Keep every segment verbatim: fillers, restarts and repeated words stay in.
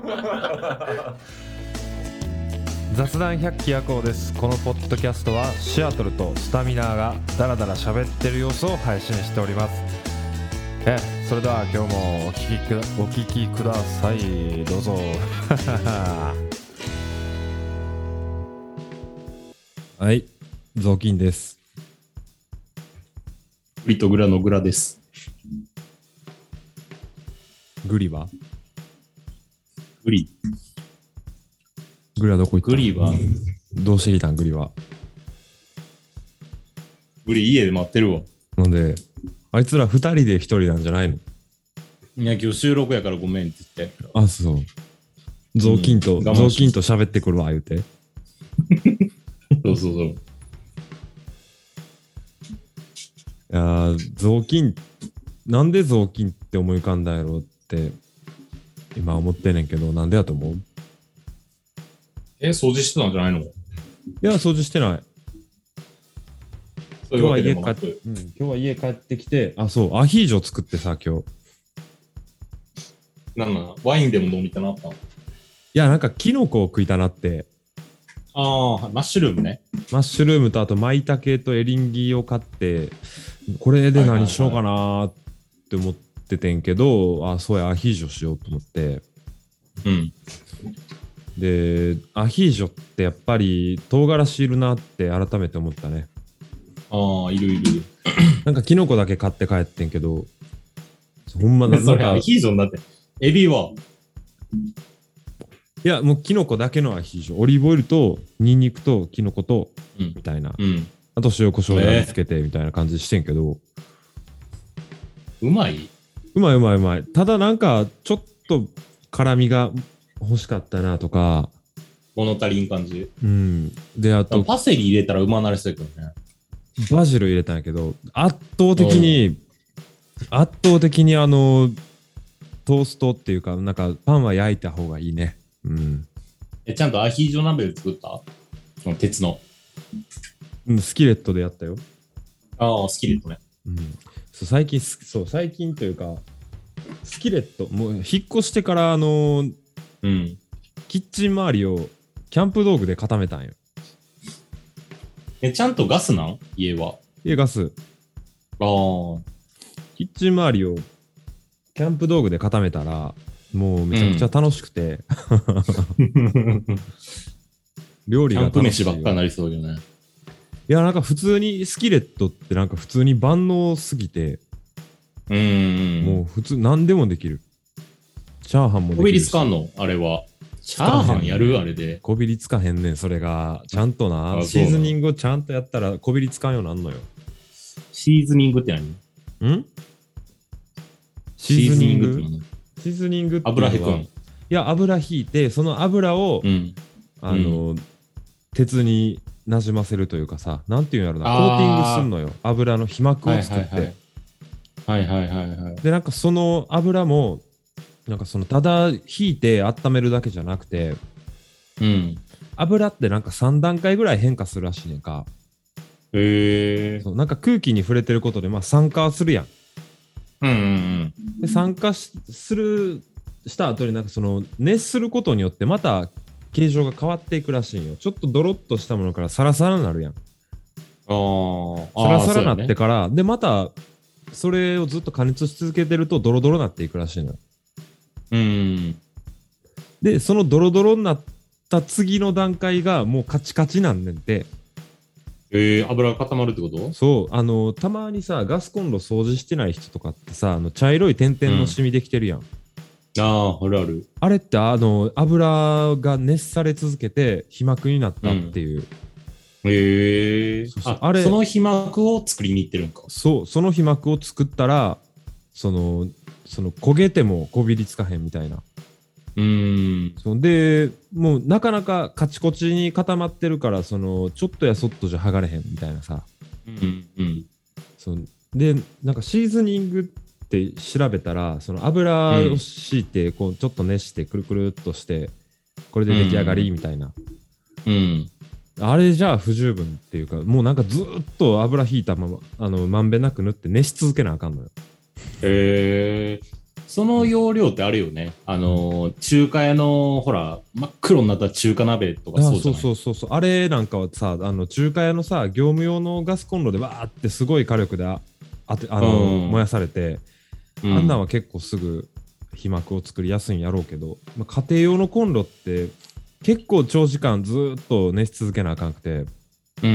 雑談百鬼夜行です。このポッドキャストはシアトルとスタミナーがダラダラ喋ってる様子を配信しております。えそれでは今日もお聞きくお聞きください。どうぞ。はい、雑巾です。 グリとグラのグラです。 グリはグリグリはどこ行った？ グリはどうしてきたん？グリはグリ家で待ってるわ。 なんであいつら二人で一人なんじゃないの？ いや今日収録やからごめんって言って。 あ、そう雑巾と、うん、雑巾と喋ってくるわ言うて。 そうそうそう。いやー雑巾なんで雑巾って思い浮かんだんやろって今思ってんねんけど、なんでやと思う？ え、掃除してたんじゃないの？いや、掃除してない。 そういうわけでもなく。 今日は家帰っ、うん、今日は家帰ってきて、あ、そう、アヒージョ作ってさ、今日。 なんなんワインでも飲みたなったの？いや、なんかキノコを食いたなって。 ああ、マッシュルームね。 マッシュルームとあとマイタケとエリンギを買って、これで何しようかなって思っててんけど、はいはいはい、あ、そうや、アヒージョしようと思って。 うん。 で、アヒージョってやっぱり唐辛子いるなって改めて思ったね。 ああ、いるいる。 なんかキノコだけ買って帰ってんけど、ほんまな、 それアヒージョになって。エビは？ いや、もうキノコだけのアヒージョ。オリーブオイルとニンニクとキノコと、うん、みたいな。 うん。 あと塩コショウで味付けてみたいな感じしてんけど。 うまいうまいうまいうまい。ただなんか、ちょっと辛みが欲しかったなとか。 物足りん感じ。 うん。で、あと。 パセリ入れたらうまなりそうやけどね。 バジル入れたんやけど、圧倒的に、圧倒的にあの、トーストっていうか、なんかパンは焼いた方がいいね。うん。 え、ちゃんとアヒージョ鍋で作った？その鉄の。 うん、スキレットでやったよ。 ああ、スキレットね。 うん。そう、最近、そう、最近というか、スキレット、もう引っ越してから、あのー、 うん。 キッチン周りをキャンプ道具で固めたんよ。 え、ちゃんとガスなん家は。 家ガス。 ああ。 キッチン周りをキャンプ道具で固めたら、もうめちゃくちゃ楽しくて。うん、料理が楽しい。 キャンプ飯ばっかになりそうよね。 いや、なんか普通にスキレットってなんか普通に万能すぎて、 うーん。 もう普通何でもできる。チャーハンもできるし。 こびりつかんのあれは。チャーハンやるあれで。 こびりつかへんねん、それが。ちゃんとな、シーズニングをちゃんとやったらこびりつかんようになんのよ。 シーズニングって何？ んシーズニングって何？シーズニングって油引くん？いや、油引いて、その油を、うん、あの、うん、鉄になじませるというかさ、なんていうんやろな、コーティングすんのよ。油の皮膜を作って。 はいはいはいはい。 で、なんかその油も、なんかそのただ引いて温めるだけじゃなくて、 うん、 油ってなんかさん段階ぐらい変化するらしいねんか。 へえ。 そう、なんか空気に触れてることでまあ酸化するやん。 うんうんうん。 で酸化しするした後になんかその熱することによってまた形状が変わっていくらしいんよ。ちょっとドロッとしたものからサラサラになるやん。 ああ。 サラサラになってから、ね、でまたそれをずっと加熱し続けてるとドロドロになっていくらしいのよ。 うん。 で、そのドロドロになった次の段階がもうカチカチなんねんて。 えー、油が固まるってこと？ そう、あの、たまにさ、ガスコンロ掃除してない人とかってさ、あの茶色い点々のシミできてるやん。うん、 ああ、あるある。 あれって、あの、油が熱され続けて皮膜になったっていう。 うん、へえー。 そうそう、 あ、あれ、その皮膜を作りに行ってるんか。 そう、その皮膜を作ったら、その、その焦げてもこびりつかへんみたいな。 うーん。 そうで、もうなかなかカチコチに固まってるから、そのちょっとやそっとじゃ剥がれへんみたいなさ。 うんうん。 そうで、なんかシーズニングって調べたら、その油を敷いて、こうちょっと熱してくるくるっとして、これで出来上がりみたいな。 うん。うんあれじゃあ不十分っていうか、もうなんかずっと油引いたまま、あの、まんべんなく塗って熱し続けなあかんのよ。 へえ。 その要領ってあるよね。あのー、中華屋の、ほら、真っ黒になった中華鍋とかそうじゃない？ そうそうそうそう。あれなんかはさ、あの中華屋のさ、業務用のガスコンロでバーってすごい火力でああてあの、うん、燃やされて、うん、あんなんは結構すぐ被膜を作りやすいんやろうけど、まあ、家庭用のコンロって結構長時間ずっと熱し続けなあかんくて、 うん、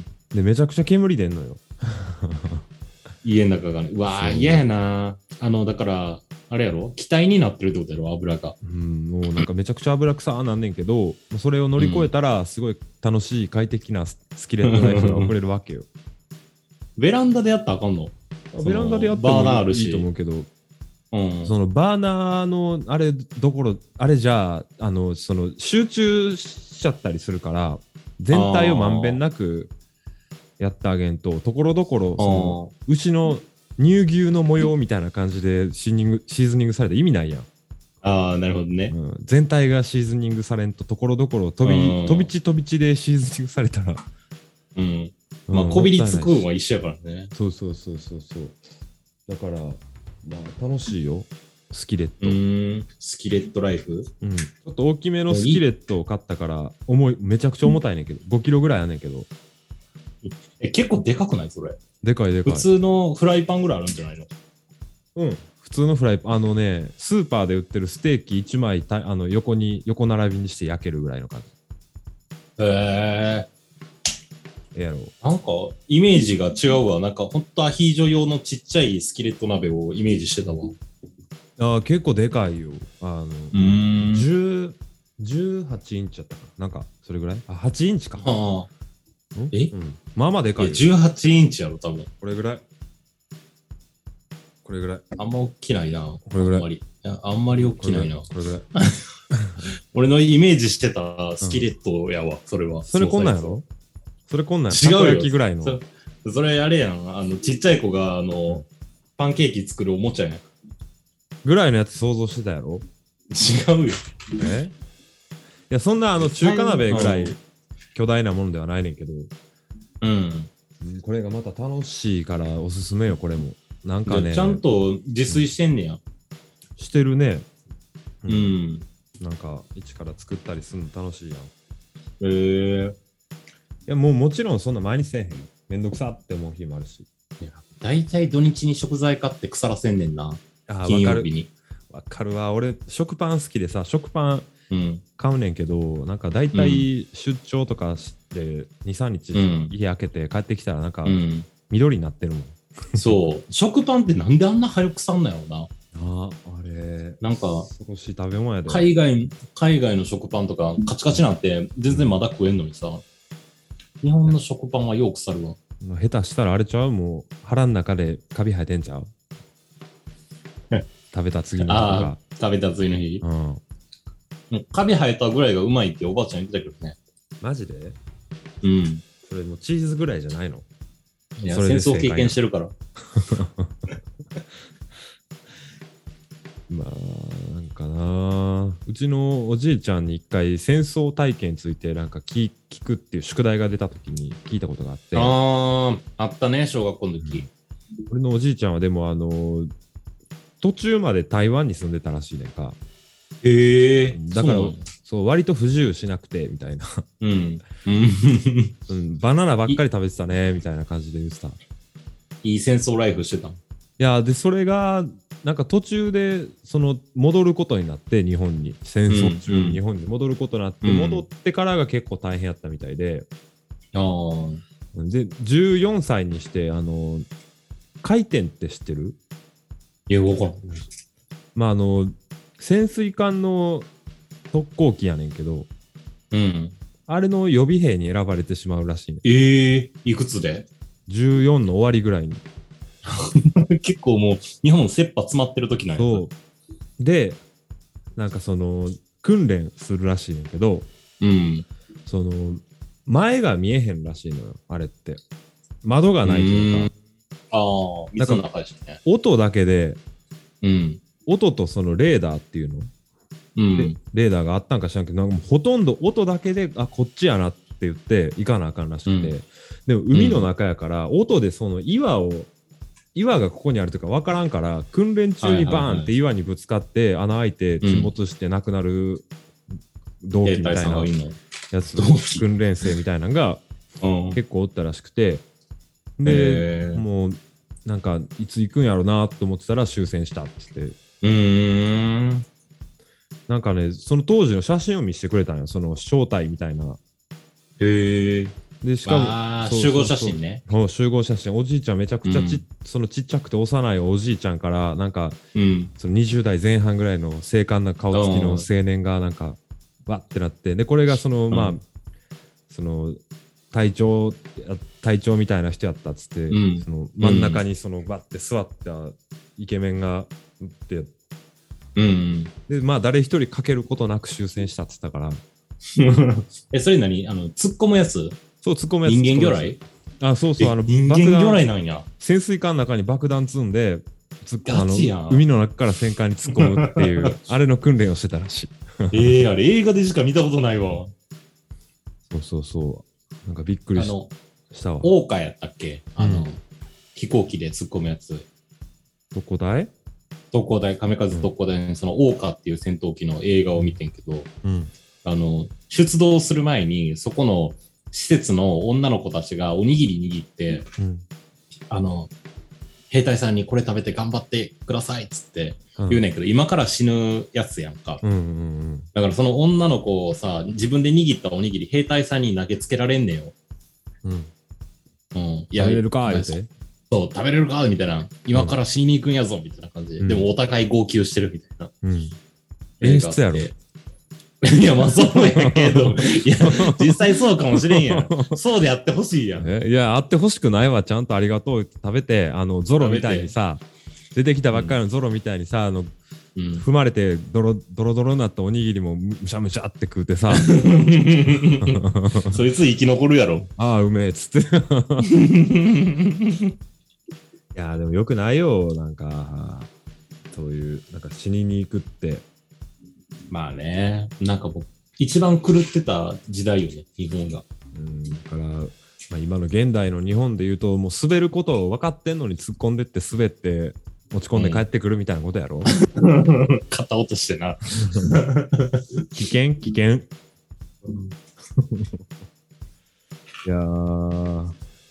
でめちゃくちゃ煙出んのよ。 家の中がね。うわー、嫌やな。あの、だから、あれやろ、気体になってるってことやろ、油が。 うん、もうなんかめちゃくちゃ油臭ーなんねんけど、それを乗り越えたら、すごい楽しい、快適なスキレットライフが送れるわけよ。 ベランダでやったらあかんの？ ベランダでやったらバーナーあるしいいと思うけど、 うん、 そのバーナーのあれどころ、あれじゃあ、あの、その集中しちゃったりするから、全体をまんべんなくやってあげんと、ところどころ、その牛の乳牛の模様みたいな感じでシーニングシーズニングされたら意味ないやん。 ああ、なるほどね、 うん。全体がシーズニングされんと、ところどころ飛び飛び地飛び地でシーズニングされたら、 うん。まあ、こびりつくんは一緒やからね。 そうそうそうそうそう。だから、まあ、楽しいよ、スキレット。 うーん、スキレットライフ、 うん。ちょっと大きめのスキレットを買ったから、重い、めちゃくちゃ重たいねんけど、ごキロぐらいあんねんけど。 え、結構でかくないそれ？ でかいでかい。 普通のフライパンぐらいあるんじゃないの？ うん。普通のフライパン、あのね、スーパーで売ってるステーキいちまいたあの横に、横並びにして焼けるぐらいの感じ。 へえ。 えやろ。 なんか、イメージが違うわ。なんか、ほんとアヒージョ用のちっちゃいスキレット鍋をイメージしてたわ。 ああ、結構でかいよ。あの、 うーん。 じゅう、じゅうはちインチやったかな。なんか、それぐらいあ、はちインチか。 はあ。え、 うん、まあまあでかいよ。 じゅうはちインチやろ、多分。 これぐらい。これぐらい。 あんま大きないな。 これぐらい。 あんまり。いや、あんまり大きないな。 これぐらい。 俺のイメージしてたスキレットやわ、うん、それは。 それこんなんやろ？それこんなん違うよ。 たこ焼きぐらいの。 そ, それあれやん。あの、ちっちゃい子が、あの、パンケーキ作るおもちゃやん。 ぐらいのやつ想像してたやろ？ 違うよ。 え？いや、そんなあの中華鍋ぐらい巨大なものではないねんけど。 うん。 これがまた楽しいからおすすめよ、これも。なんかね。 ちゃんと自炊してんねや。 してるね。 うん。うん、 なんか、一から作ったりするの楽しいやん。へえー。いや、もうもちろんそんな毎日せえへん。めんどくさって思う日もあるし。 いや、だいたい土日に食材買って腐らせんねんな。 ああ、 金曜日に。 わかるわ。俺、食パン好きでさ、食パン買うねんけど、 うん、 なんかだいたい出張とかしてに、さんにち家開けて帰ってきたらなんか緑になってるもん。 うん、そう。食パンってなんであんな早く腐んなよな。 ああ、あれ。 なんか、 少し食べ物やで。 海外、海外の食パンとかカチカチなんて全然まだ食えんのにさ、日本の食パンはよう腐るわ。 下手したらあれちゃう？もう腹の中でカビ生えてんちゃう？食べた次の日とか。 食べた次の日。 うん。もうカビ生えたぐらいがうまいっておばあちゃん言ってたけどね。 マジで？ うん。 それもうチーズぐらいじゃないの？ いや、戦争経験してるから。 まあ、なんかな。うちのおじいちゃんに一回戦争体験についてなんか聞くっていう宿題が出た時に聞いたことがあって。 ああ、あったね、小学校の時。 うん、俺のおじいちゃんはでもあの、途中まで台湾に住んでたらしいねんか。 へえ。 だからそう、そう割と不自由しなくてみたいな。 うん。 うん。バナナばっかり食べてたねみたいな感じで言ってた。 いい戦争ライフしてた。いやでそれがなんか途中でその戻ることになって日本に戦争中に日本に戻ることになって、うん、戻ってからが結構大変やったみたいで。 ああ。 でじゅうよんさいにしてあの回転って知ってる？ いや、わかんない。 まああの潜水艦の特攻機やねんけど、 うん、 あれの予備兵に選ばれてしまうらしいね。 ええー、いくつで？ じゅうよんの終わりぐらいに。 結構もう日本切羽詰まってる時なんや。 そうでなんかその訓練するらしいねんけど、 うん、 その前が見えへんらしいのよあれって。窓がないというか。 ああ、水の中でしたね。 音だけで、 うん、 音とそのレーダーっていうの、うん、レーダーがあったんか知らんけど、なんかもうほとんど音だけであこっちやなって言って行かなあかんらしくて、うん、でも海の中やから、うん、音でその岩を岩がここにあるとか分からんから、訓練中にバーンって岩にぶつかって穴開いて沈没して亡くなる同期みたいなやつ、訓練生みたいなのが結構おったらしくて、でもうなんかいつ行くんやろうなと思ってたら終戦したって言って、うーん、なんかね、その当時の写真を見せてくれたんよ、その正体みたいな。へえ。でしかも集合写真ね。 集合写真、おじいちゃんめちゃくちゃち、うん、そのちっちゃくて幼いおじいちゃんからなんか、うん、そのにじゅう代前半ぐらいの精悍な顔つきの青年がなんかわってなって、でこれがその、うん、まあその隊長隊長みたいな人やったっつって、うん、その真ん中にそのわって座ったイケメンがって、うん、でまあ誰一人かけることなく終戦したっつったから。 え、それ何、あの突っ込むやつ？ そう、突っ込むやつ。 人間魚雷？ あ、そうそう、あの人間魚雷なんや。 潜水艦の中に爆弾積んで、あの海の中から戦艦に突っ込むっていうあれの訓練をしてたらしい。 ええー、あれ映画でしか見たことないわ。 そうそうそう。なんかびっくりし、したわ。 オーカやったっけ？あの、うん、飛行機で突っ込むやつ。 どこだい？ 特攻隊、亀和特攻隊のそのオーカっていう戦闘機の映画を見てんけど、うん、あの出動する前にそこの施設の女の子たちがおにぎり握って、うん、あの兵隊さんにこれ食べて頑張ってくださいっつって言うねんけど、うん、今から死ぬやつやんか、うんうんうん、だからその女の子をさ、自分で握ったおにぎり兵隊さんに投げつけられんねんよ、うんうん、いや食べれるか言うて、 そう食べれるかみたいな、今から死に行くんやぞみたいな感じで、うん、でもお互い号泣してるみたいな、うん、 演出やろ。 いや、まあそうやけど、いや、実際そうかもしれんやん。そうでやってほしいやん。 いや、あってほしくないわ。ちゃんとありがとうって食べて、あの、ゾロみたいにさ、出てきたばっかりのゾロみたいにさ、あの、うん、踏まれてドロドロドロになったおにぎりもむしゃむしゃって食うてさ。 そいつ生き残るやろ。 ああ、うめえっつって。いや、でもよくないよ。なんか、そういう、なんか死にに行くって。 まあね、なんかもう一番狂ってた時代よね、日本が。 うん、だから、まあ、今の現代の日本で言うと、もう滑ることを分かってんのに突っ込んでって滑って持ち込んで帰ってくるみたいなことやろ。 うん、片落としてな。 危険危険。うん、いやー。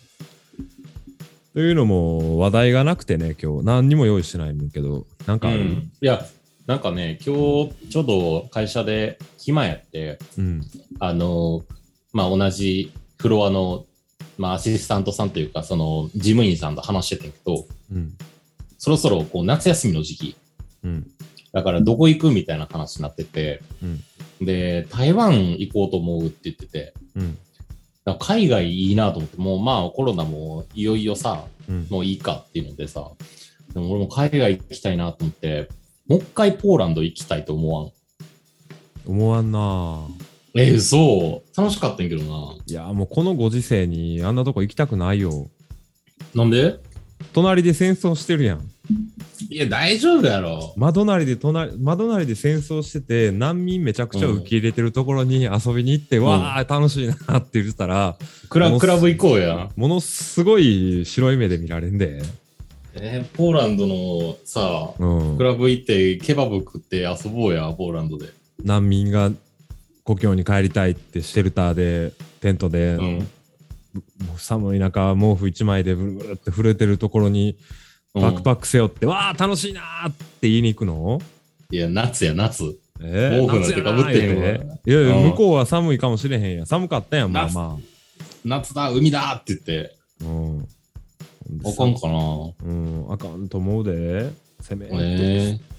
というのも話題がなくてね、今日何にも用意してないんだけど、なんかある？うん、 いや。なんかね、今日ちょうど会社で暇やって、うん、あの、まあ、同じフロアの、まあ、アシスタントさんというか、その事務員さんと話してたんやけど、うん、そろそろこう夏休みの時期、うん、だからどこ行くみたいな話になってて、うん、で、台湾行こうと思うって言ってて、うん、だから海外いいなと思って、もうまあコロナもいよいよさ、うん、もういいかっていうのでさ、でも俺も海外行きたいなと思って、もう一回ポーランド行きたいと思わん？ 思わんなぁ。 えー、そう楽しかったんやけどな。 いやもうこのご時世にあんなとこ行きたくないよ。 なんで？ 隣で戦争してるやん。 いや大丈夫やろ。 窓なりで隣窓なりで戦争してて難民めちゃくちゃ受け入れてるところに遊びに行って、うん、わー楽しいなって言ってたら、 クラブクラブ行こうや。 ものすごい白い目で見られんで。 えー、ポーランドのさ、うん、クラブ行ってケバブ食って遊ぼうや、ポーランドで。難民が故郷に帰りたいってシェルターでテントで、うん、寒い中毛布一枚でブルブルって震えてるところにバックパック背負って、うん、わー楽しいなーって言いに行くの？ いや夏や夏。 えー、毛布なんてかぶってへんわ。いやいや、うん、向こうは寒いかもしれへんやん。寒かったやん、まあまあ。 夏だ海だって言って。うんあかんかな。 うん、あかんと思うで。攻めえー、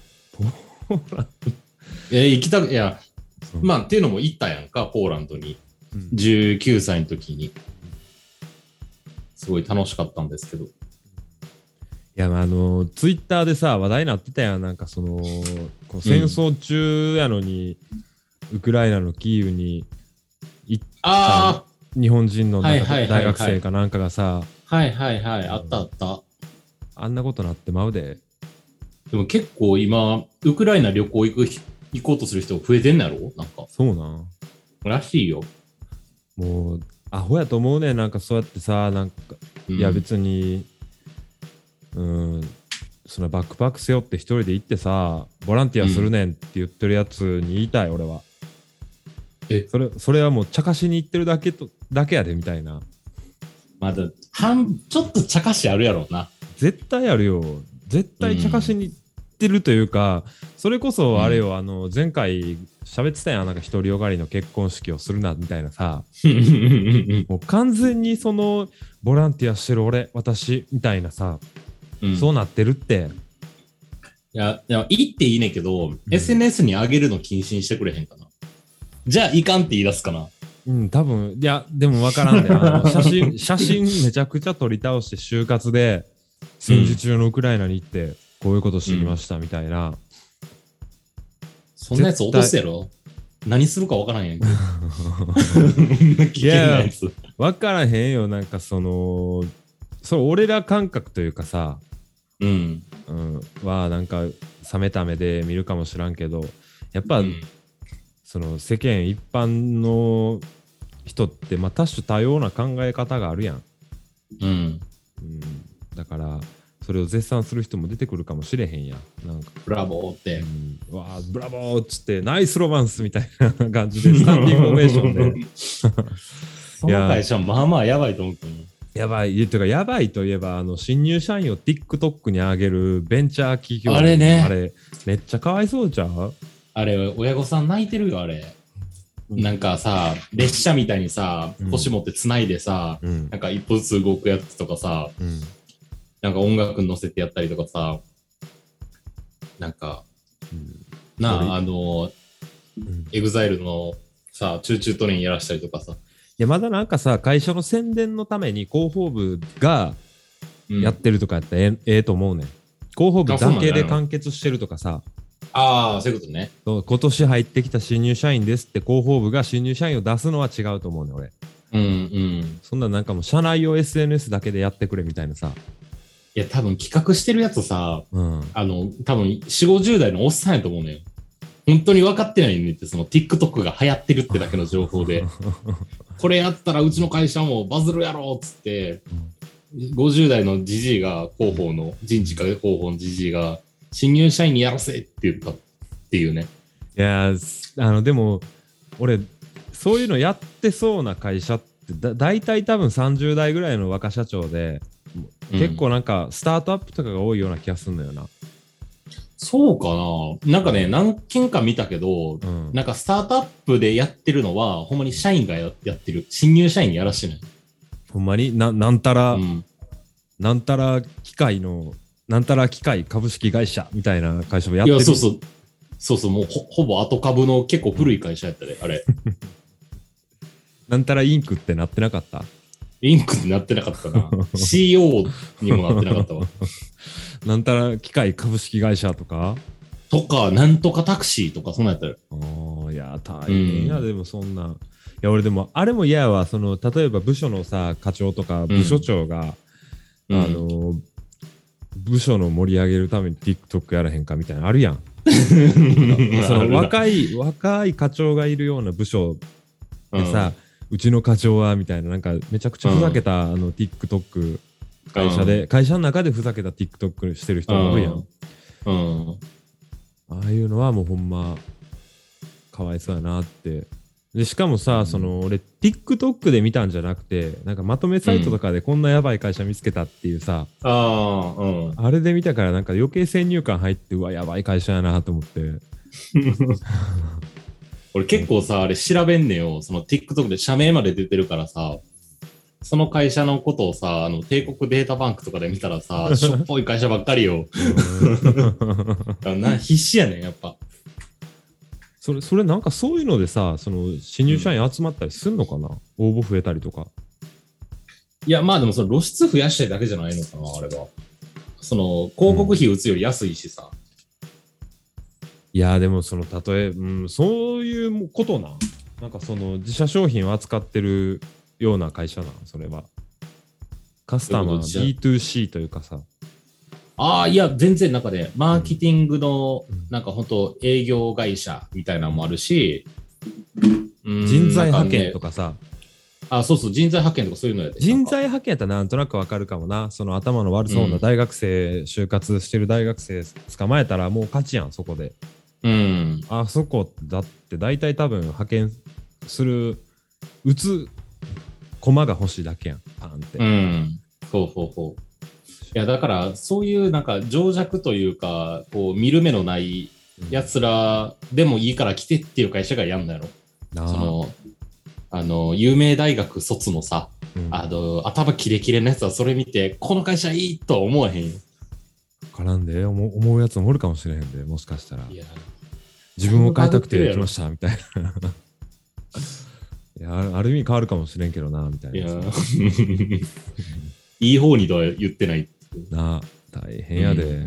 えー、行きたく、いや、うん、まあっていうのも行ったやんか、ポーランドに。うん、じゅうきゅうさいの時に。すごい楽しかったんですけど。いや、まあ、あの、ツイッターでさ、話題になってたやん。なんかその、この戦争中やのに、うん、ウクライナのキーウに行った日本人のなんか大学生かなんかがさ、 はいはいはい、あったあった。 あんなことなってまうで。 でも結構今、ウクライナ旅行行く行こうとする人増えてんのやろなんか。 そうなん。 らしいよ。 もう、アホやと思うね。なんかそうやってさ、なんか、うん、いや別に、 うんそのバックパック背負って一人で行ってさボランティアするねんって言ってるやつに言いたい、うん、俺はえそれそれはもう茶化しに行ってるだけとだけやでみたいな。 まだ半ちょっと茶化しあるやろうな。 絶対あるよ。絶対茶化しに行ってるというか、うん、それこそあれよ、うん、あの前回喋ってたやん、なんか独りよがりの結婚式をするなみたいなさもう完全にそのボランティアしてる俺私みたいなさ、うん、そうなってるって。 いやいやいいっていいねんけど、うん、エスエヌエス に上げるの禁止にしてくれへんかな。じゃあいかんって言い出すかな。 うん多分いやでも分からんねあの写真写真めちゃくちゃ撮り倒して就活で戦時中のウクライナに行ってこういうことしてきましたみたいな、うん、 そんなやつ落とすやろ。何するか分からんやんけいや分からへんよ。なんかそのそれ俺ら感覚というかさ、うん、うん、はなんか冷めた目で見るかもしらんけどやっぱ、うん、その世間一般の人ってまあ多種多様な考え方があるやん、うんうん、だからそれを絶賛する人も出てくるかもしれへんやん。なんかブラボーって、 うん、わーブラボーっつってナイスロマンスみたいな感じでスタンディングオベーションでその会社まあまあやばいと思うけどやばい、というかやばいといえばあの新入社員を TikTok に上げるベンチャー企業あれね、 あれめっちゃかわいそうじゃん。 あれ親御さん泣いてるよあれ、うん、なんかさ列車みたいにさ、うん、腰持ってつないでさ、うん、なんか一歩ずつ動くやつとかさ、うん、なんか音楽に乗せてやったりとかさなんか、うん、なああの、うん、エグザイルのさチューチュートレインやらしたりとかさいやまだなんかさ会社の宣伝のために広報部がやってるとかやったらええ、うん、ええと思うねん。広報部だけで完結してるとかさああそういうことね。 そう今年入ってきた新入社員ですって広報部が新入社員を出すのは違うと思うね俺。うんうん。そんななんかもう社内を エスエヌエス だけでやってくれみたいなさ。 いや多分企画してるやつさ、うん、あの多分よんじゅうごじゅう代のおっさんやと思うねん。本当に分かってないねってその TikTok が流行ってるってだけの情報でこれやったらうちの会社もバズるやろっつって、うん、ごじゅう代のジジイが広報の人事課広報のジジイが新入社員にやらせって言ったっていうね。 いやあのでも俺そういうのやってそうな会社ってだ大体多分さんじゅう代ぐらいの若社長で、うん、結構なんかスタートアップとかが多いような気がするんだよな。 そうかな。なんかね、何件か見たけど、うん、なんかスタートアップでやってるのは、ほんまに社員が や, やってる。新入社員にやらしてない。 ほんまにな、なんたら、うん、なんたら機械の、なんたら機械株式会社みたいな会社もやってる。いや、 そうそう。そうそう、もう ほ, ほぼ後株の結構古い会社やったで、あれ。 なんたらインクってなってなかった？ インクってなってなかったな。シーイーオー にもなってなかったわ。 なんたら機械株式会社とかとか、なんとかタクシーとか、そんなんやったよ。 ああ、いや、大変や、うん、でもそんな。いや、俺でも、あれも嫌やわ。その、例えば部署のさ、課長とか部署長が、うん、あの、部署の盛り上げるために TikTok やらへんかみたいなのあるやん。その若い、若い課長がいるような部署でさ、うん、うちの課長はみたいな、なんかめちゃくちゃふざけた、うん、あの TikTok 会社で、うん、会社の中でふざけた TikTok してる人も多いやん。うん。ああいうのはもうほんまかわいそうやなって。でしかもさ、うん、その俺 TikTok で見たんじゃなくて、なんかまとめサイトとかでこんなやばい会社見つけたっていうさ、うん、あ, うん、あれで見たからなんか余計先入観入って、うわやばい会社やなと思って。 俺結構さあれ調べんねよ。その TikTok で社名まで出てるからさ、その会社のことをさ、あの帝国データバンクとかで見たらさ、しょっぽい会社ばっかりよ。な必死やねんやっぱ。 それそれなんかそういうのでさ、その新入社員集まったりするのかな、うん、応募増えたりとか。 いやまあでもその露出増やしたいだけじゃないのかなあれは。その広告費打つより安いしさ。うん、 いやでもその例え、うん、そういうことな。なんかその自社商品を扱ってるような会社なそれは。カスタマー ビーツーシー というかさ。 ああ、いや、全然なんかね、マーケティングの、なんか本当営業会社みたいなのもあるし、 うん、人材派遣とかさ、 あ、そうそう、人材派遣とかそういうのやで。 人材派遣やったらなんとなくわかるかもな。その頭の悪そうな大学生、うん、就活してる大学生捕まえたらもう勝ちやん、そこで。 うん。 あそこだって大体多分派遣する、打つ駒が欲しいだけやん、パンって。 うん。そうそうそう。いや、だからそういうなんか情弱というか、こう見る目のないやつらでもいいから来てっていう会社がやんだやろ。うん、その、あの、有名大学卒のさ、うん、あの、頭キレキレのやつはそれ見て、この会社いいとは思わへんよ。 絡んで思思うやつもおるかもしれへんで、もしかしたら。いや、自分を変えたくて来ましたみたいな。いや、ある意味変わるかもしれんけどな、みたいな。いや、 いい方にとは言ってない。 なあ、大変やで。うん。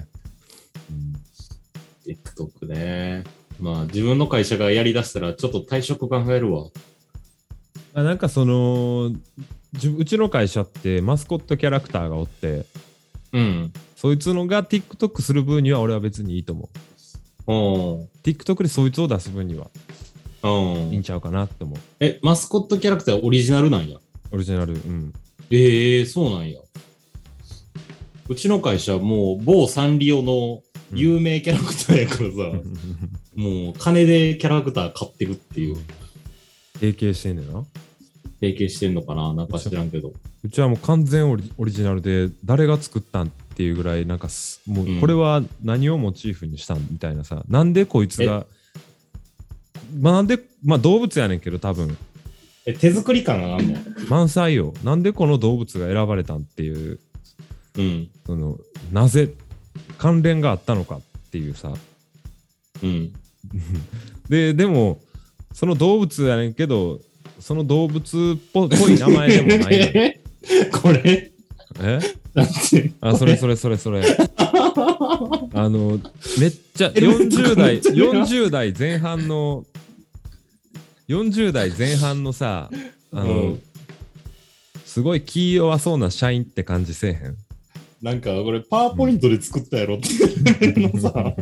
TikTok ね。まあ、自分の会社がやりだしたら、ちょっと退職考えるわ。 あ、なんかその、うちの会社ってマスコットキャラクターがおって、 うん。 そいつのが TikTok する分には俺は別にいいと思う。 お TikTok でそいつを出す分には。 うん。 いいんちゃうかなって思う。 え、マスコットキャラクターオリジナルなんや。 オリジナル、うん。 ええー、そうなんや。うちの会社もう某サンリオの有名キャラクターやからさ、うん、もう金でキャラクター買ってるっていう。 提携してんねんな。 提携してんのかな、なんか知らんけど。 うちはもう完全オリ、オリジナルで誰が作ったんっていうぐらいなんかもうこれは何をモチーフにしたんみたいなさ、なんでこいつがまあなんでまあ動物やねんけど多分え手作り感があんの満載よ。なんでこの動物が選ばれたんっていう、 うん、 そのなぜ関連があったのかっていうさ、 うん、 ででもその動物やねんけどその動物っぽい名前でもないえこれえあそれそれそれそれあのめっちゃよんじゅう代よんじゅう代前半のよんじゅう代前半のさあの、うん、すごい気弱そうな社員って感じせえへん？ なんかこれパワーポイントで作ったやろっていうのさ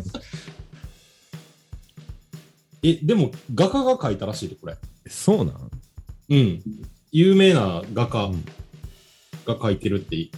えでも画家が描いたらしいでこれ。 そうなん？ うん有名な画家が描いてるっていい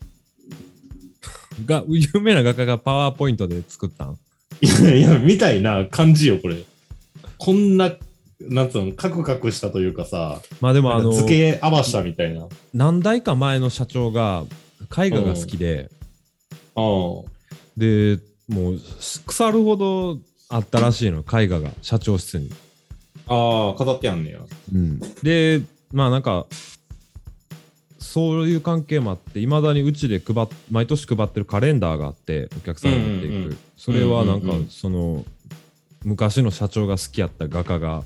が有名な画家がパワーポイントで作ったん？ いやいやみたいな感じよこれ。こんななんつうのカクカクしたというかさ、 まあでもあの図形合わしたみたいな。 何代か前の社長が絵画が好きで、 うん、 でもう腐るほどあったらしいの絵画が社長室に。 ああ飾ってやんねや。 うん、でまあなんかそういう関係もあっていまだにうちで配っ毎年配ってるカレンダーがあってお客さんに持っていく、うんうんうん、それはなんか、うんうんうん、その昔の社長が好きやった画家が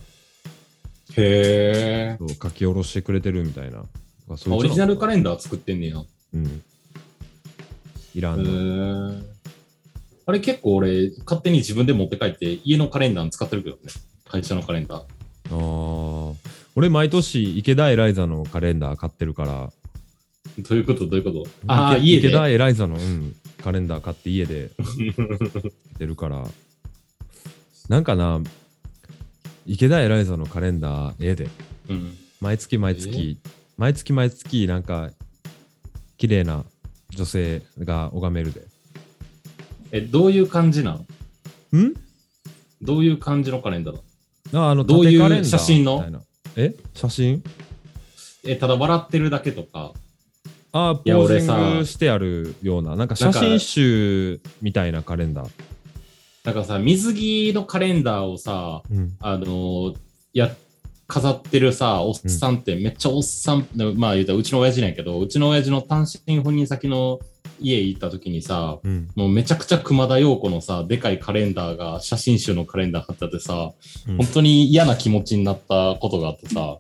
へー書き下ろしてくれてるみたいな。 オリジナルカレンダー作ってんねや。 うん。いらんの。 あれ結構俺勝手に自分で持って帰って家のカレンダーに使ってるけどね。会社のカレンダー。ああ。俺毎年池田エライザのカレンダー買ってるから。 どういうことどういうことああ、家で。 池田エライザの、うん、カレンダー買って家で出るから。なんかな、池田エライザのカレンダー、ええで。 うん、 毎月毎月、毎月毎月、なんか、綺麗な女性が拝めるで。 え、どういう感じなの？ ん？ どういう感じのカレンダーなの？あ、あの、 どういう写真の？ え？写真？ え、ただ笑ってるだけとか。 ああ、ポージングしてあるような、なんか写真集みたいなカレンダー。 なんかさ、水着のカレンダーをさ、うん、あのー、や、飾ってるさ、おっさんってめっちゃおっさん、うん、まあ言うたらうちの親父なんやけど、うちの親父の単身赴任先の家行った時にさ、うん、もうめちゃくちゃ熊田曜子のさ、でかいカレンダーが、写真集のカレンダー貼ってあってさ、うん、本当に嫌な気持ちになったことがあってさ、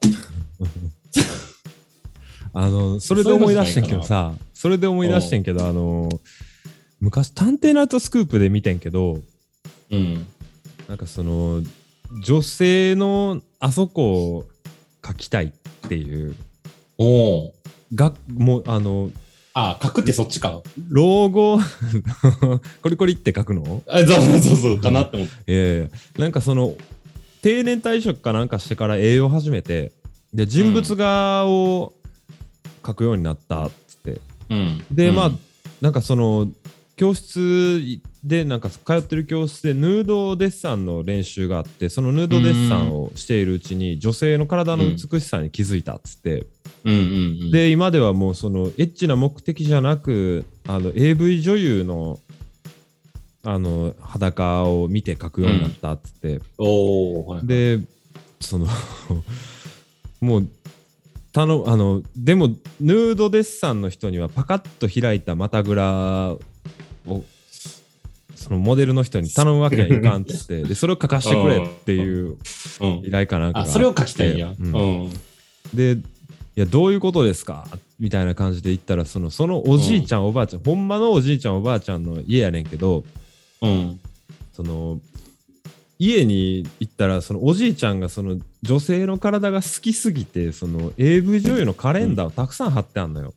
あの、それで思い出してんけどさ、それで思い出してんけど、あの、昔探偵ナイトスクープで見てんけど、 うん、 なんかその女性のあそこを描きたいっていうおがもうあのあ書くってそっちか老後コリコリって書くのあそうそうそうそうかなって思ってええなんかその定年退職かなんかしてから栄養始めてで人物画を描くようになったっつって、 うん、 で、 うん、 まあなんかその教室でなんか通ってる教室でヌードデッサンの練習があって、そのヌードデッサンをしているうちに女性の体の美しさに気づいたっつって、 うんうんうん、 で今ではもうそのエッチな目的じゃなく、あの エーブイ 女優のあの裸を見て描くようになったっつって、うん、 おはいはい、 でそのもうたのあのでもヌードデッサンの人にはパカッと開いた股ぐらをそのモデルの人に頼むわけにはいかんっつってでそれを描かしてくれっていう依頼かなんかがあって、 あそれを描きたいんや、うんうん、 でいやどういうことですかみたいな感じで言ったら、そのそのおじいちゃん、うん、おばあちゃん、ほんまのおじいちゃんおばあちゃんの家やねんけど、 うん、 その家に行ったらそのおじいちゃんがその女性の体が好きすぎてその エーブイ 女優のカレンダーをたくさん貼ってあんのよ。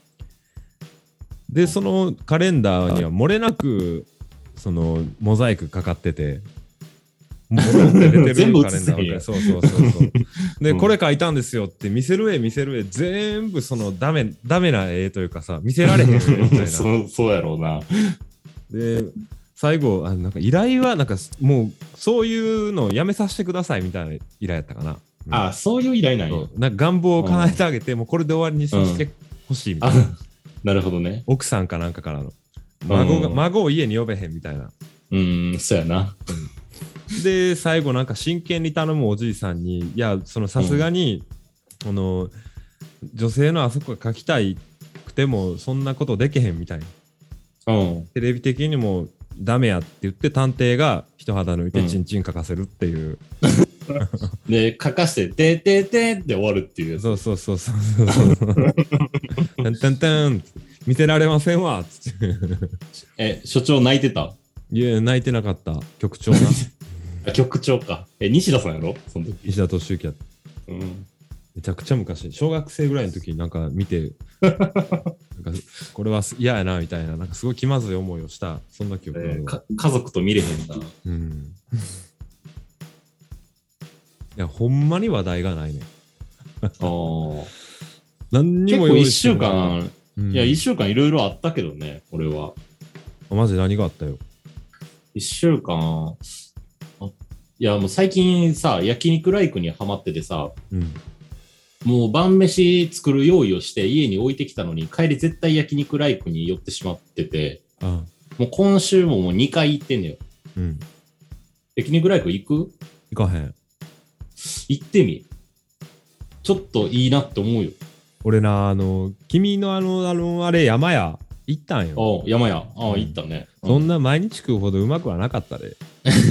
でそのカレンダーには漏れなくそのモザイクかかってて全部写ってるそうそうそうそうで、うん、これ書いたんですよって見せる絵見せる絵全部そのダメダメな絵というかさ見せられへんみたいなそうそうやろうな。 で最後あなんか依頼はなんかもうそういうのをやめさせてくださいみたいな依頼やったかな、 うん、ああそういう依頼なんや。 なんか願望を叶えてあげて、うん、もうこれで終わりにさせてほしいみたいな、うん、 なるほどね。 奥さんかなんかからの孫が、うん、孫を家に呼べへんみたいな。 うんそうやな。 で最後なんか真剣に頼むおじいさんにいやそのさすがに、うん、の女性のあそこが描きたいくてもそんなことできへんみたいな、うん、テレビ的にもダメやって言って探偵が一肌抜いてチンチン書かせるっていう、 うん、で書かしててててって終わるっていう。 そうそうそうそうそうタンタンタン見せられませんわっつってえ所長泣いてた？ いや泣いてなかった局長な局長か。え西田さんやろその時。 西田敏行やった、うん、めちゃくちゃ昔小学生ぐらいの時になんか見てなんかこれは嫌やなみたいななんかすごい気まずい思いをしたそんな記憶がある、 えー、か家族と見れへんだ。 うんいやほんまに話題がないねあ何にも結構いっしゅうかん、うん、いやいっしゅうかんいろいろあったけどね俺は。 マジ何があったよ。 いっしゅうかんいやもう最近さ焼肉ライクにハマっててさ、うん、もう晩飯作る用意をして家に置いてきたのに帰り絶対焼肉ライクに寄ってしまってて、うん、もう今週ももうにかい行ってんのよ、うん、焼肉ライク行く？ 行かへん。 行ってみ。ちょっといいなって思うよ。 俺なあの君のあのあのあれ山屋行ったんよ。 あ山屋あ、うん、行ったね、 うん、そんな毎日食うほどうまくはなかったで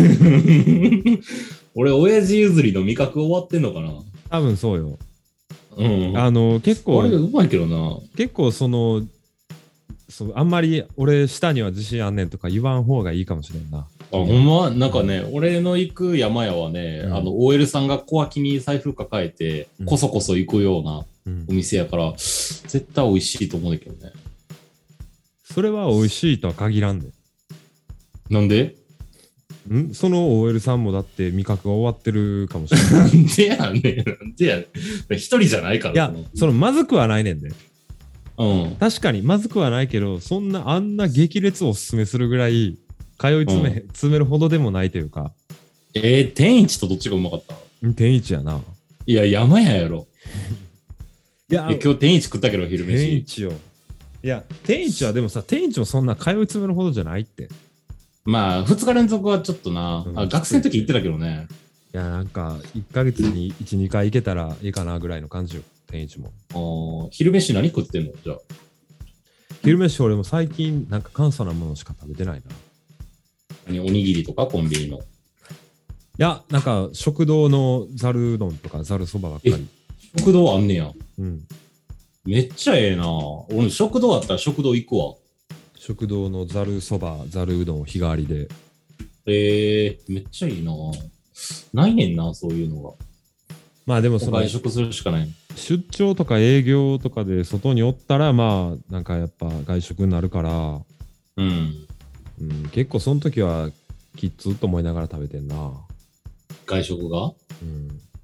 俺親父譲りの味覚終わってんのかな。 多分そうよ、 うん、 あの結構あれうまいけどな。 結構そのそうあんまり俺舌には自信あんねんとか言わん方がいいかもしれんな。 あほんまなんかね、うん、俺の行く山屋はね、うん、あの オーエル さんが小脇に財布抱えて、うん、こそこそ行くようなお店やから、うん、絶対美味しいと思うんだけどね。 それは美味しいとは限らんで。 なんで？ んその オーエル さんもだって味覚が終わってるかもしれない。 なんでやねん。なんでやねん。一人じゃないから。 いや、そのまずくはないねんで。 うん。 確かにまずくはないけど、そんなあんな激烈をおすすめするぐらい通い詰め、うん、詰めるほどでもないというか。 えー、天一とどっちがうまかった？ 天一やな。 いや、山屋やろ。 いや、 今日天一食ったけど昼飯。 天一よ。いや、天一はでもさ、天一もそんな通い詰めるほどじゃないって。 まあ、ふつか連続はちょっとな、うん、あ学生の時行ってたけどね。 いや、なんか、いっかげつにいち、にかい行けたらいいかなぐらいの感じよ、天一も。 ああ、昼飯何食ってんのじゃあ。 昼飯俺も最近、なんか簡素なものしか食べてないな。 何おにぎりとかコンビニの。いや、なんか、食堂のざるうどんとかざるそばばっかり。 食堂あんねや。 うん。 めっちゃええな。俺、食堂あったら食堂行くわ。 食堂のざるそば、ざるうどんを日替わりで。 えー、めっちゃいいな。ないねんな、そういうのが。 まあでもその、 外食するしかない。 出張とか営業とかで外におったら、まあ、なんかやっぱ外食になるから、 うん。 うん、結構その時はきっつと思いながら食べてんな。 外食が？ うん。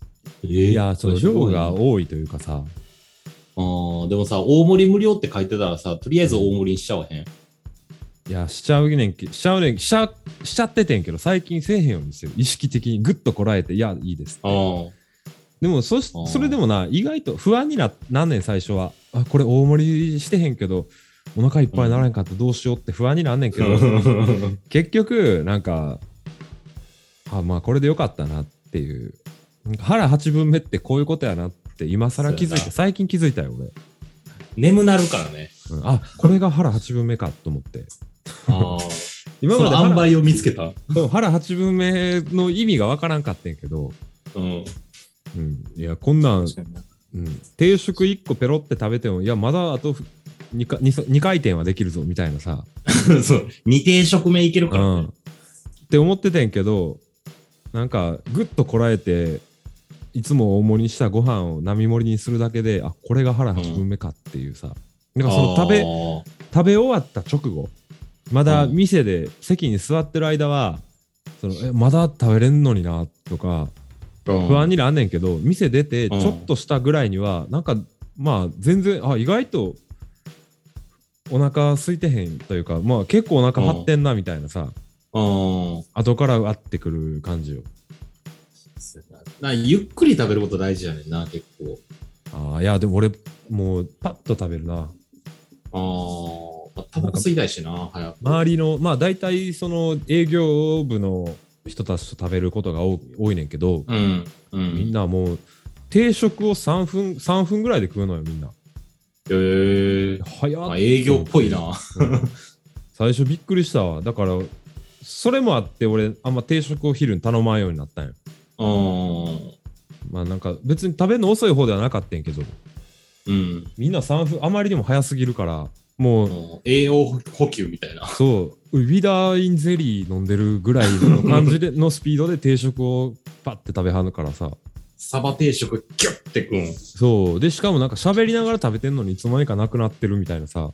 えー、 いや、その量が多いというかさ。 あーでもさ、大盛り無料って書いてたらさ、とりあえず大盛りにしちゃわへん。 いや、しちゃうねんけ、しちゃうねん、しちゃ、しちゃっててんけど、最近せえへんようにしてる。意識的にグッとこらえて、いや、いいですって。 あでもそし、それでもな、意外と不安にな、なんねん、最初は。あ、これ大盛りしてへんけど、お腹いっぱいにならんかったらどうしようって不安になんねんけど、結局、なんか、あ、まあこれでよかったなっていう。腹はちぶんめってこういうことやなって今更気づいて、最近気づいたよ、俺。 眠なるからね。 うん、あ、これが腹はちぶんめかと思って。 あ今まで塩梅を見つけた。 腹はちぶんめの意味がわからんかってんけど、 うん。 うん、いや、こんなん、うん、定食いっこペロって食べても、いや、まだあと 2, か 2, 2回転はできるぞみたいなさ。 そう、に定食目いけるから、ね、 うん。って思っててんけど、なんか、ぐっとこらえて、いつも大盛りにしたご飯を並盛りにするだけで、あ、これが腹はちぶんめかっていうさ。うん、なんかその食べ、食べ終わった直後、まだ店で席に座ってる間は、そのえまだ食べれんのになとか、不安になんねんけど、店出てちょっとしたぐらいには、なんかまあ全然、あ、意外とお腹空いてへんというか、まあ結構お腹張ってんなみたいなさ、後からあってくる感じよ。 なゆっくり食べること大事やねんな、結構。 ああ、いやでも俺もうパッと食べるな。ああ、タバコ吸いたいしな、早く。 周りの、まあ大体その営業部の人たちと食べることが多いねんけど、 うんうん、 みんなもう定食をさんぷん、さんぷんぐらいで食うのよ、みんな。 へえー。 早っ、 あ、営業っぽいな。 最初びっくりしたわ。だから、それもあって俺、あんま定食を昼に頼まんようになったんよ。まあなんか別に食べるの遅い方ではなかったんやけど、うん、みんなさんぷん、あまりにも早すぎるから、もう、 もう栄養補給みたいな。 そう、ウィダーインゼリー飲んでるぐらいの感じでのスピードで定食をパッて食べはるからさ。 サバ定食キュッてくん。 そう。で、しかもなんか喋りながら食べてんのにいつの間にかなくなってるみたいなさ。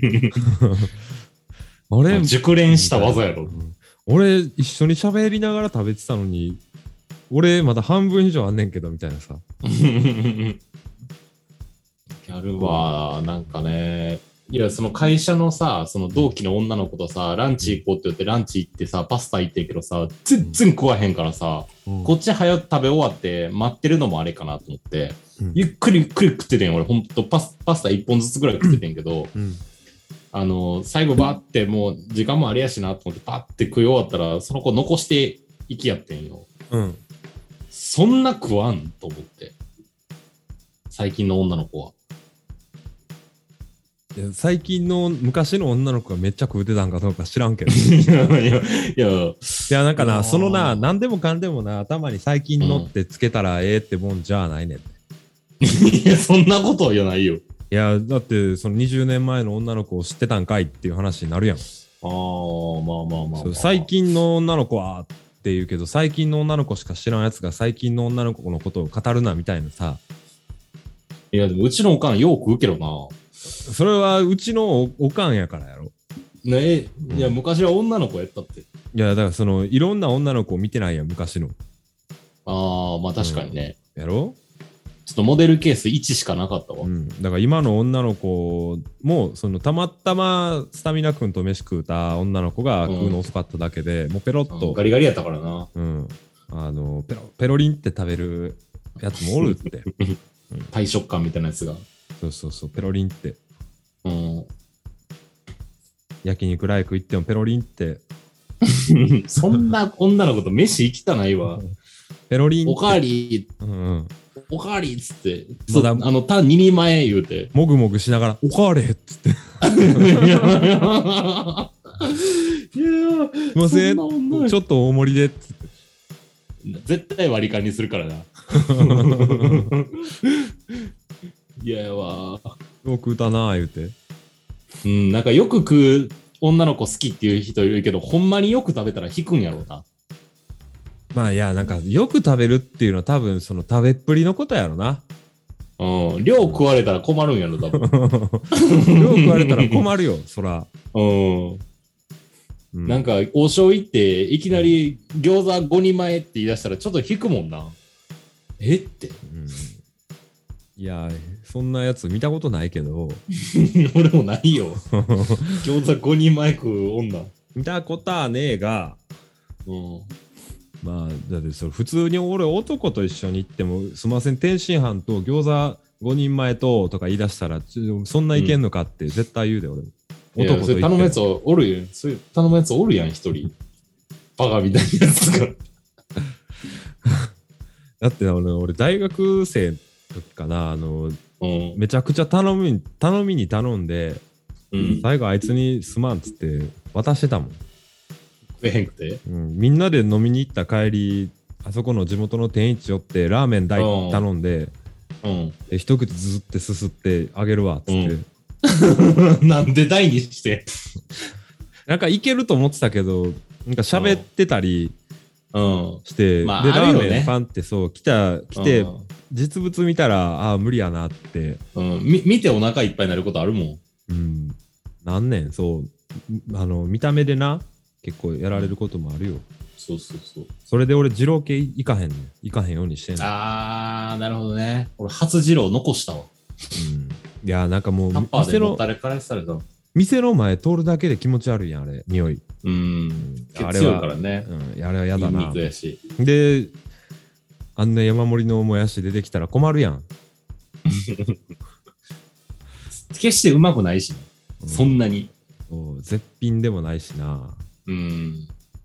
あれ熟練した技やろ。うん、 俺、一緒に喋りながら食べてたのに、俺まだ半分以上あんねんけどみたいなさ。 やるわ、なんかね。いや、その会社のさ、その同期の女の子とさ、ランチ行こうって言ってランチ行ってさ、パスタ行ってんけどさ、全然食わへんからさ、うん、こっち早く食べ終わって待ってるのもあれかなと思って、うん、ゆっくりゆっくり食っててんよ。俺ほんとパス、パスタいっぽんずつぐらい食っててんけど、うん、あの、最後バーってもう時間もあれやしなと思ってパッて食い終わったら、その子残して行きやってんよ。うん、そんな食わんと思って。最近の女の子は。 いや最近の昔の女の子がめっちゃ食うてたんかどうか知らんけど。 いやいや、いや、 いやなんかな、そのな、何でもかんでもな、頭に最近のってつけたらええってもんじゃないねん。 いや、そんなことは言わないよ。 いや、だってそのにじゅうねんまえの女の子を知ってたんかいっていう話になるやん。ああ、まあまあまあ、まあ、 最近の女の子はって言うけど、最近の女の子しか知らんやつが最近の女の子のことを語るなみたいなさ。 いや、でもうちのおかんよう食うけどな。 それはうちの お, おかんやからやろ。 ねえ、うん、いや、昔は女の子やったって。いや、だからその、いろんな女の子を見てないやん、昔の。 ああ、まあ確かにね。 うん、やろちょっとモデルケースいちしかなかったわ。 うん。だから今の女の子も、その、たまたまスタミナ君と飯食うた女の子が食うの遅かっただけで、うん、もうペロッと、うん。 ガリガリやったからな。 うん。あの、ペロ、ペロリンって食べるやつもおるって。 うん、大食感みたいなやつが。 そうそうそう、ペロリンって。 うん、 焼肉ライク行ってもペロリンってそんな女の子と飯行きたないわ。 ペロリンっておかわり、 うんうん、 おかわりっつって、まだあのタンににまえ言うてもぐもぐしながらおかわれっつっていやすいませんちょっと大盛りでっつって絶対割り勘にするからな。いやわよく食うたな言うて、 うん、なんかよく食う女の子好きっていう人いるけど、ほんまによく食べたら引くんやろうな。 まあいや、なんかよく食べるっていうのは多分その食べっぷりのことやろな。 うん、量食われたら困るんやろ、多分。 量食われたら困るよ、そら。 うん。うん、なんか王将行っていきなり餃子ごにんまえって言い出したらちょっと引くもんな。 えって、うん、 いやそんなやつ見たことないけど俺もないよ餃子ごにんまえ食う女見たことはねえが、 うん、 まあだってそれ普通に俺男と一緒に行ってもすみません天津飯と餃子ごにんまえととか言い出したらそんないけんのかって絶対言うで、うん、俺も男と言って頼むやつおるよそれ頼むやつおるやん一人バカみたいなやつがだって俺、俺大学生の時かなあの、うん、めちゃくちゃ頼み頼みに頼んで、うん、最後あいつにすまんっつって渡してたもん。 食えへんくて、 うん、みんなで飲みに行った帰りあそこの地元の天一寄ってラーメン大頼んで、うん、で一口ずってすすってあげるわっつって、 うん、なんで大にしてなんかいけると思ってたけどなんか喋ってたりして、 うんまあ、 で、 ね、 ラーメンパンってそう来た来て、うん、実物見たらああ無理やなって、 うん、み見てお腹いっぱいになることあるもん。 うん、なんねんそうあの見た目でな結構やられることもあるよ。 そうそうそう。 それで俺二郎系いかへんねんいかへんようにしてんの。 あーなるほどね。俺初二郎残したわ。 うん、いやなんかもうタッパーでもたれからされた。 店の前通るだけで気持ち悪いやんあれ匂い。 うん。あれはからね。 うん、あれはやだな。 肉やし。 で、あんな山盛りのもやし出てきたら困るやん。 決してうまくないし、ねうん、そんなに。 そう絶品でもないしな。 うん。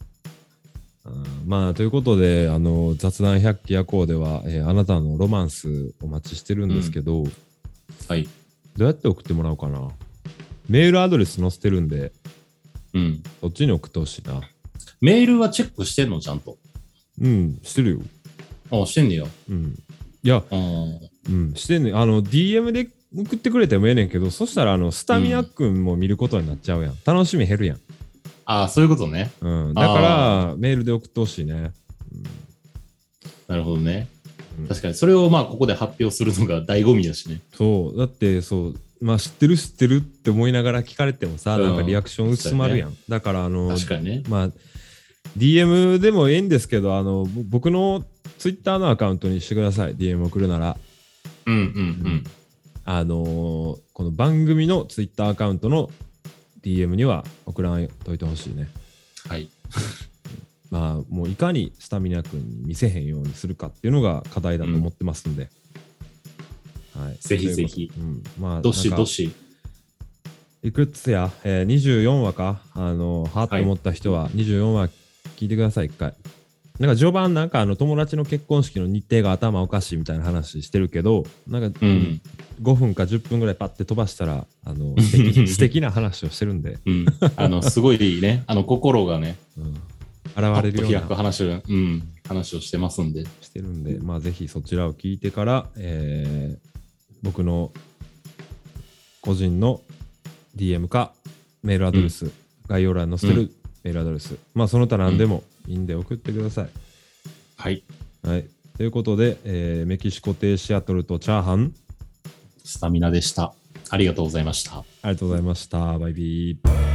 まあということであの雑談百鬼夜行では、えー、あなたのロマンスお待ちしてるんですけど、うん、 はいどうやって送ってもらおうかな。メールアドレス載せてるんで、 うん、 そっちに送ってほしいな。 メールはチェックしてんのちゃんと。 うんしてるよ。 あしてんねや。 うんいやうんしてんねあの ディーエム で送ってくれてもええねんけどそしたらあのスタミナくんも見ることになっちゃうやん、うん、楽しみ減るやん。 ああそういうことね、 うん、だからメールで送ってほしいね、うん、 なるほどね、うん、確かにそれをまあここで発表するのが醍醐味だしね。 そうだってそうまあ知ってる知ってるって思いながら聞かれてもさ、うん、なんかリアクション薄まるやん、ね、だからあの確かにねまあ ディーエム でもええんですけどあの僕のツイッターのアカウントにしてください ディーエム 送るなら。 うんうんうんあのー、この番組のツイッターアカウントの ディーエム には送らんといてほしいね。 はいまあもういかにスタミナ君に見せへんようにするかっていうのが課題だと思ってますんで、 うんはい、ぜひぜひ、 うんまあ、 どしどしいくつや、えー、にじゅうよんわかあのはっと思った人はにじゅうよんわ聞いてください一回。なんか序盤なんかあの友達の結婚式の日程が頭おかしいみたいな話してるけどなんか、うん、ごふんかじゅっぷんぐらいパッて飛ばしたらあの素敵素敵な話をしてるんで、 うん、あのすごいねあの心がね、うん、 現れるような開く話を、うん、話をしてますんでしてるんでまあぜひそちらを聞いてから、えー、僕の個人の ディーエム かメールアドレス、うん、概要欄に載せてるメールアドレス、うん、まあその他何でも、うんいいんで送ってください。 はい。 はい。ということで、えー、メキシコ亭シアトルとチャーハンスタミナでした。ありがとうございました。 ありがとうございました。バイビー。